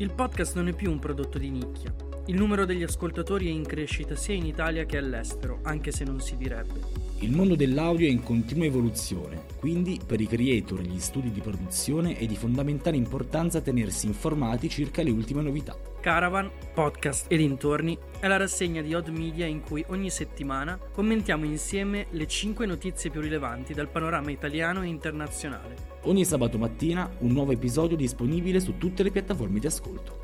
Il podcast non è più un prodotto di nicchia. Il numero degli ascoltatori è in crescita sia in Italia che all'estero, anche se non si direbbe. Il mondo dell'audio è in continua evoluzione, quindi per i creator e gli studi di produzione è di fondamentale importanza tenersi informati circa le ultime novità. Caravan, podcast e dintorni è la rassegna di Odd Media in cui ogni settimana commentiamo insieme le 5 notizie più rilevanti dal panorama italiano e internazionale. Ogni sabato mattina un nuovo episodio disponibile su tutte le piattaforme di ascolto.